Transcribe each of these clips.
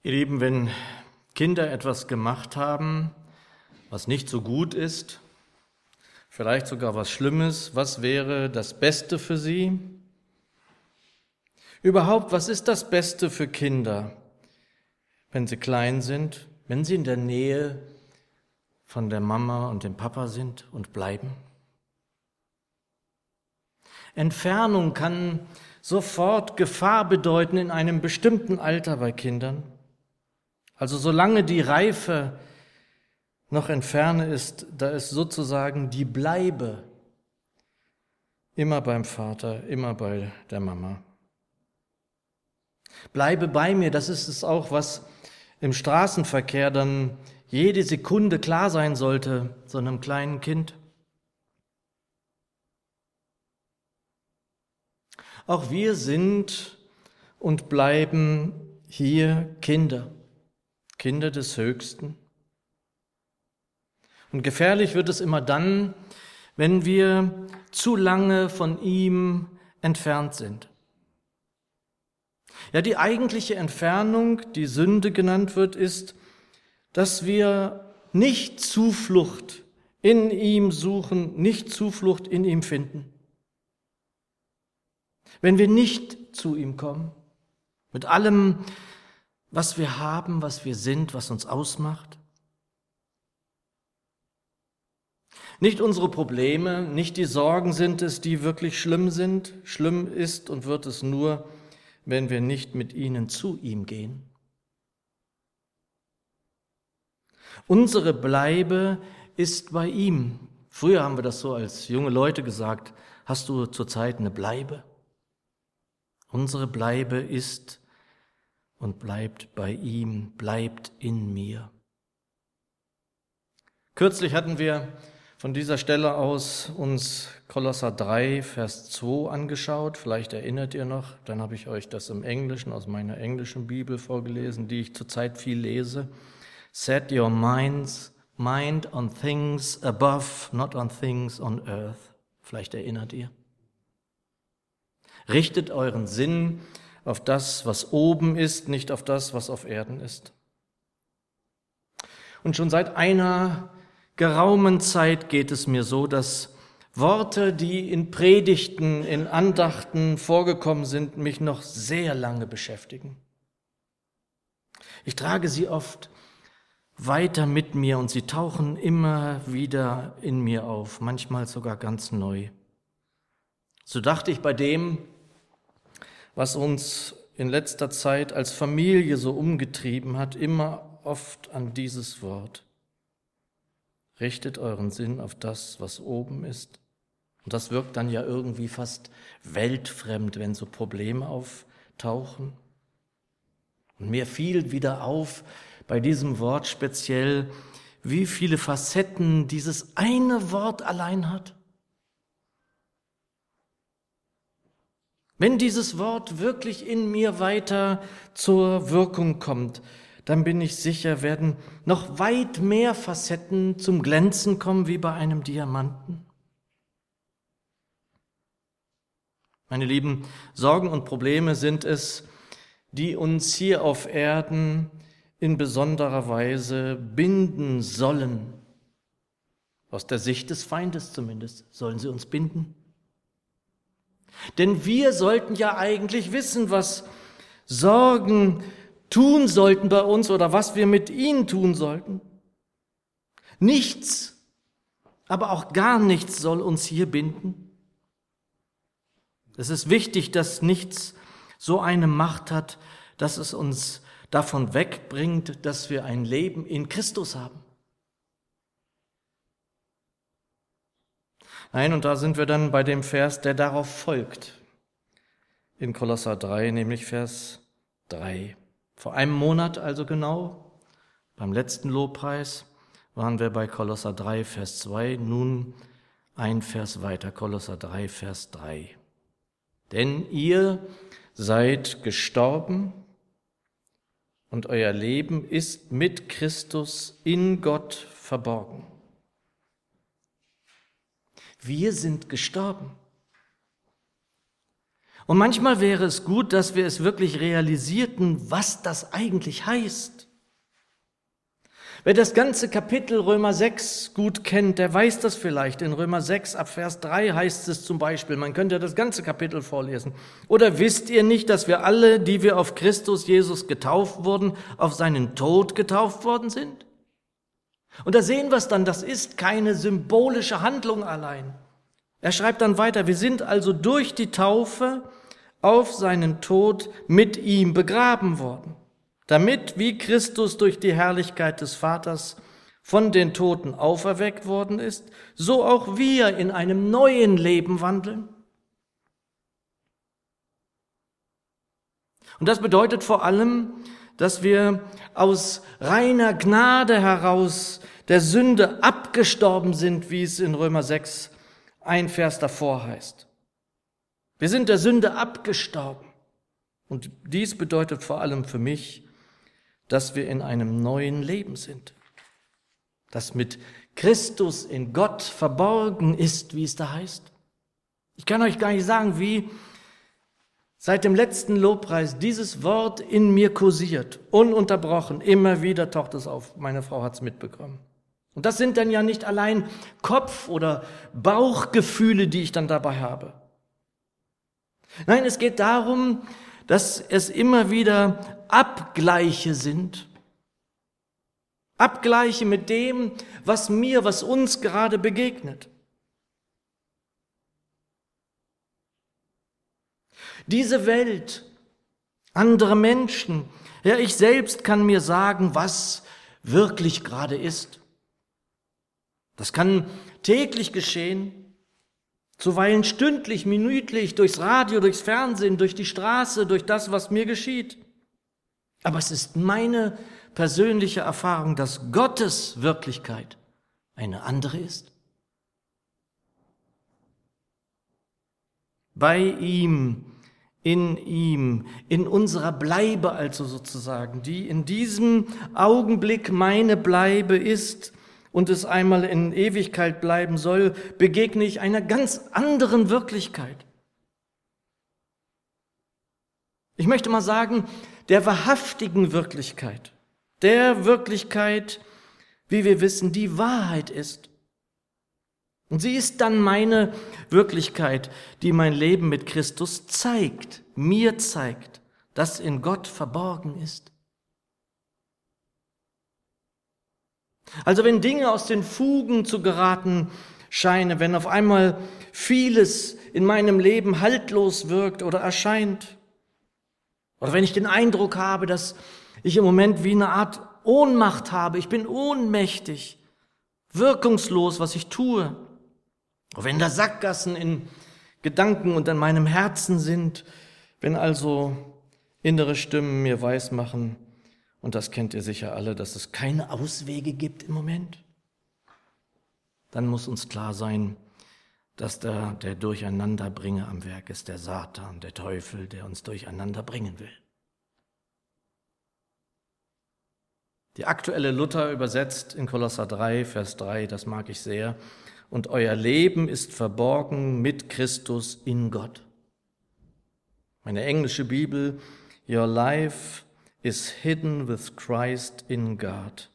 Ihr Lieben, wenn Kinder etwas gemacht haben, was nicht so gut ist, vielleicht sogar was Schlimmes, was wäre das Beste für sie? Überhaupt, was ist das Beste für Kinder, wenn sie klein sind, wenn sie in der Nähe von der Mama und dem Papa sind und bleiben? Entfernung kann sofort Gefahr bedeuten in einem bestimmten Alter bei Kindern. Also solange die Reife noch in Ferne ist, da ist sozusagen die Bleibe immer beim Vater, immer bei der Mama. Bleibe bei mir, das ist es auch, was im Straßenverkehr dann jede Sekunde klar sein sollte, so einem kleinen Kind. Auch wir sind und bleiben hier Kinder des Höchsten. Und gefährlich wird es immer dann, wenn wir zu lange von ihm entfernt sind. Ja, die eigentliche Entfernung, die Sünde genannt wird, ist, dass wir nicht Zuflucht in ihm suchen, nicht Zuflucht in ihm finden. Wenn wir nicht zu ihm kommen, mit allem, was wir haben, was wir sind, was uns ausmacht. Nicht unsere Probleme, nicht die Sorgen sind es, die wirklich schlimm sind. Schlimm ist und wird es nur, wenn wir nicht mit ihnen zu ihm gehen. Unsere Bleibe ist bei ihm. Früher haben wir das so als junge Leute gesagt, hast du zurzeit eine Bleibe? Unsere Bleibe ist und bleibt bei ihm, bleibt in mir. Kürzlich hatten wir von dieser Stelle aus uns Kolosser 3, Vers 2 angeschaut. Vielleicht erinnert ihr noch, dann habe ich euch das im Englischen aus meiner englischen Bibel vorgelesen, die ich zurzeit viel lese. Set your mind on things above, not on things on earth. Vielleicht erinnert ihr. Richtet euren Sinn auf das, was oben ist, nicht auf das, was auf Erden ist. Und schon seit einer geraumen Zeit geht es mir so, dass Worte, die in Predigten, in Andachten vorgekommen sind, mich noch sehr lange beschäftigen. Ich trage sie oft weiter mit mir und sie tauchen immer wieder in mir auf, manchmal sogar ganz neu. So dachte ich bei dem, was uns in letzter Zeit als Familie so umgetrieben hat, immer oft an dieses Wort. Richtet euren Sinn auf das, was oben ist. Und das wirkt dann ja irgendwie fast weltfremd, wenn so Probleme auftauchen. Und mir fiel wieder auf bei diesem Wort speziell, wie viele Facetten dieses eine Wort allein hat. Wenn dieses Wort wirklich in mir weiter zur Wirkung kommt, dann bin ich sicher, werden noch weit mehr Facetten zum Glänzen kommen wie bei einem Diamanten. Meine Lieben, Sorgen und Probleme sind es, die uns hier auf Erden in besonderer Weise binden sollen. Aus der Sicht des Feindes zumindest sollen sie uns binden. Denn wir sollten ja eigentlich wissen, was Sorgen tun sollten bei uns oder was wir mit ihnen tun sollten. Nichts, aber auch gar nichts soll uns hier binden. Es ist wichtig, dass nichts so eine Macht hat, dass es uns davon wegbringt, dass wir ein Leben in Christus haben. Nein, und da sind wir dann bei dem Vers, der darauf folgt, in Kolosser 3, nämlich Vers 3. Vor einem Monat also genau, beim letzten Lobpreis, waren wir bei Kolosser 3, Vers 2, nun ein Vers weiter, Kolosser 3, Vers 3. Denn ihr seid gestorben und euer Leben ist mit Christus in Gott verborgen. Wir sind gestorben. Und manchmal wäre es gut, dass wir es wirklich realisierten, was das eigentlich heißt. Wer das ganze Kapitel Römer 6 gut kennt, der weiß das vielleicht. In Römer 6 ab Vers 3 heißt es zum Beispiel, man könnte das ganze Kapitel vorlesen. Oder wisst ihr nicht, dass wir alle, die wir auf Christus Jesus getauft wurden, auf seinen Tod getauft worden sind? Und da sehen wir es dann, das ist keine symbolische Handlung allein. Er schreibt dann weiter, wir sind also durch die Taufe auf seinen Tod mit ihm begraben worden, damit, wie Christus durch die Herrlichkeit des Vaters von den Toten auferweckt worden ist, so auch wir in einem neuen Leben wandeln. Und das bedeutet vor allem, dass wir aus reiner Gnade heraus der Sünde abgestorben sind, wie es in Römer 6 ein Vers davor heißt. Wir sind der Sünde abgestorben. Und dies bedeutet vor allem für mich, dass wir in einem neuen Leben sind, das mit Christus in Gott verborgen ist, wie es da heißt. Ich kann euch gar nicht sagen, wie seit dem letzten Lobpreis dieses Wort in mir kursiert, ununterbrochen, immer wieder taucht es auf. Meine Frau hat es mitbekommen. Und das sind dann ja nicht allein Kopf- oder Bauchgefühle, die ich dann dabei habe. Nein, es geht darum, dass es immer wieder Abgleiche sind. Abgleiche mit dem, was uns gerade begegnet. Diese Welt, andere Menschen, ja, ich selbst kann mir sagen, was wirklich gerade ist. Das kann täglich geschehen, zuweilen stündlich, minütlich, durchs Radio, durchs Fernsehen, durch die Straße, durch das, was mir geschieht. Aber es ist meine persönliche Erfahrung, dass Gottes Wirklichkeit eine andere ist. Bei ihm, in unserer Bleibe also sozusagen, die in diesem Augenblick meine Bleibe ist und es einmal in Ewigkeit bleiben soll, begegne ich einer ganz anderen Wirklichkeit. Ich möchte mal sagen, der wahrhaftigen Wirklichkeit, der Wirklichkeit, wie wir wissen, die Wahrheit ist. Und sie ist dann meine Wirklichkeit, die mein Leben mit Christus zeigt, mir zeigt, das in Gott verborgen ist. Also wenn Dinge aus den Fugen zu geraten scheinen, wenn auf einmal vieles in meinem Leben haltlos wirkt oder erscheint, oder wenn ich den Eindruck habe, dass ich im Moment wie eine Art Ohnmacht habe, ich bin ohnmächtig, wirkungslos, was ich tue, oder wenn da Sackgassen in Gedanken und in meinem Herzen sind, wenn also innere Stimmen mir weismachen, und das kennt ihr sicher alle, dass es keine Auswege gibt im Moment, dann muss uns klar sein, dass da der Durcheinanderbringer am Werk ist, der Satan, der Teufel, der uns durcheinander bringen will. Die aktuelle Luther übersetzt in Kolosser 3, Vers 3, das mag ich sehr, und euer Leben ist verborgen mit Christus in Gott. Meine englische Bibel, your life is hidden with Christ in God.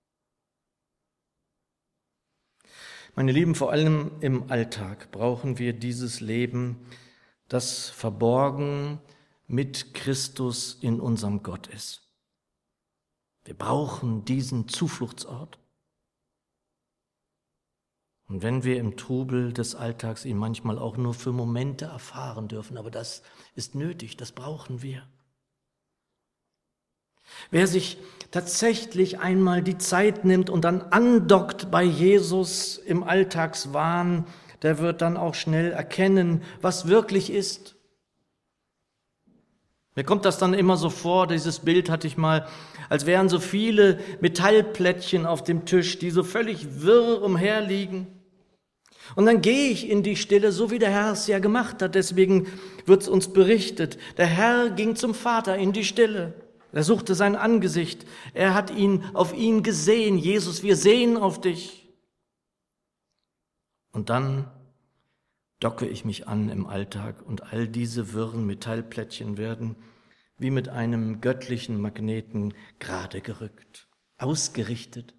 Meine Lieben, vor allem im Alltag brauchen wir dieses Leben, das verborgen mit Christus in unserem Gott ist. Wir brauchen diesen Zufluchtsort. Und wenn wir im Trubel des Alltags ihn manchmal auch nur für Momente erfahren dürfen, aber das ist nötig, das brauchen wir. Wer sich tatsächlich einmal die Zeit nimmt und dann andockt bei Jesus im Alltagswahn, der wird dann auch schnell erkennen, was wirklich ist. Mir kommt das dann immer so vor, dieses Bild hatte ich mal, als wären so viele Metallplättchen auf dem Tisch, die so völlig wirr umherliegen. Und dann gehe ich in die Stille, so wie der Herr es ja gemacht hat. Deswegen wird es uns berichtet. Der Herr ging zum Vater in die Stille. Er suchte sein Angesicht. Er hat auf ihn gesehen. Jesus, wir sehen auf dich. Und dann docke ich mich an im Alltag und all diese wirren Metallplättchen werden wie mit einem göttlichen Magneten gerade gerückt, ausgerichtet.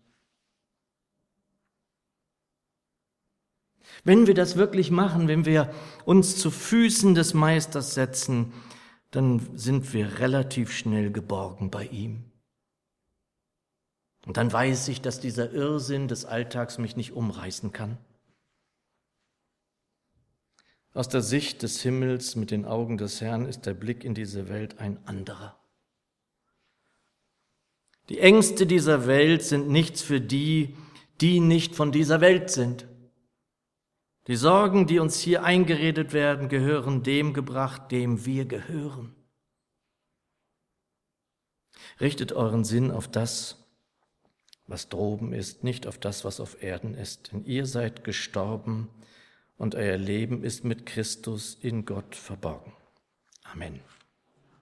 Wenn wir das wirklich machen, wenn wir uns zu Füßen des Meisters setzen, dann sind wir relativ schnell geborgen bei ihm. Und dann weiß ich, dass dieser Irrsinn des Alltags mich nicht umreißen kann. Aus der Sicht des Himmels mit den Augen des Herrn ist der Blick in diese Welt ein anderer. Die Ängste dieser Welt sind nichts für die, die nicht von dieser Welt sind. Die Sorgen, die uns hier eingeredet werden, gehören dem gebracht, dem wir gehören. Richtet euren Sinn auf das, was droben ist, nicht auf das, was auf Erden ist. Denn ihr seid gestorben und euer Leben ist mit Christus in Gott verborgen. Amen.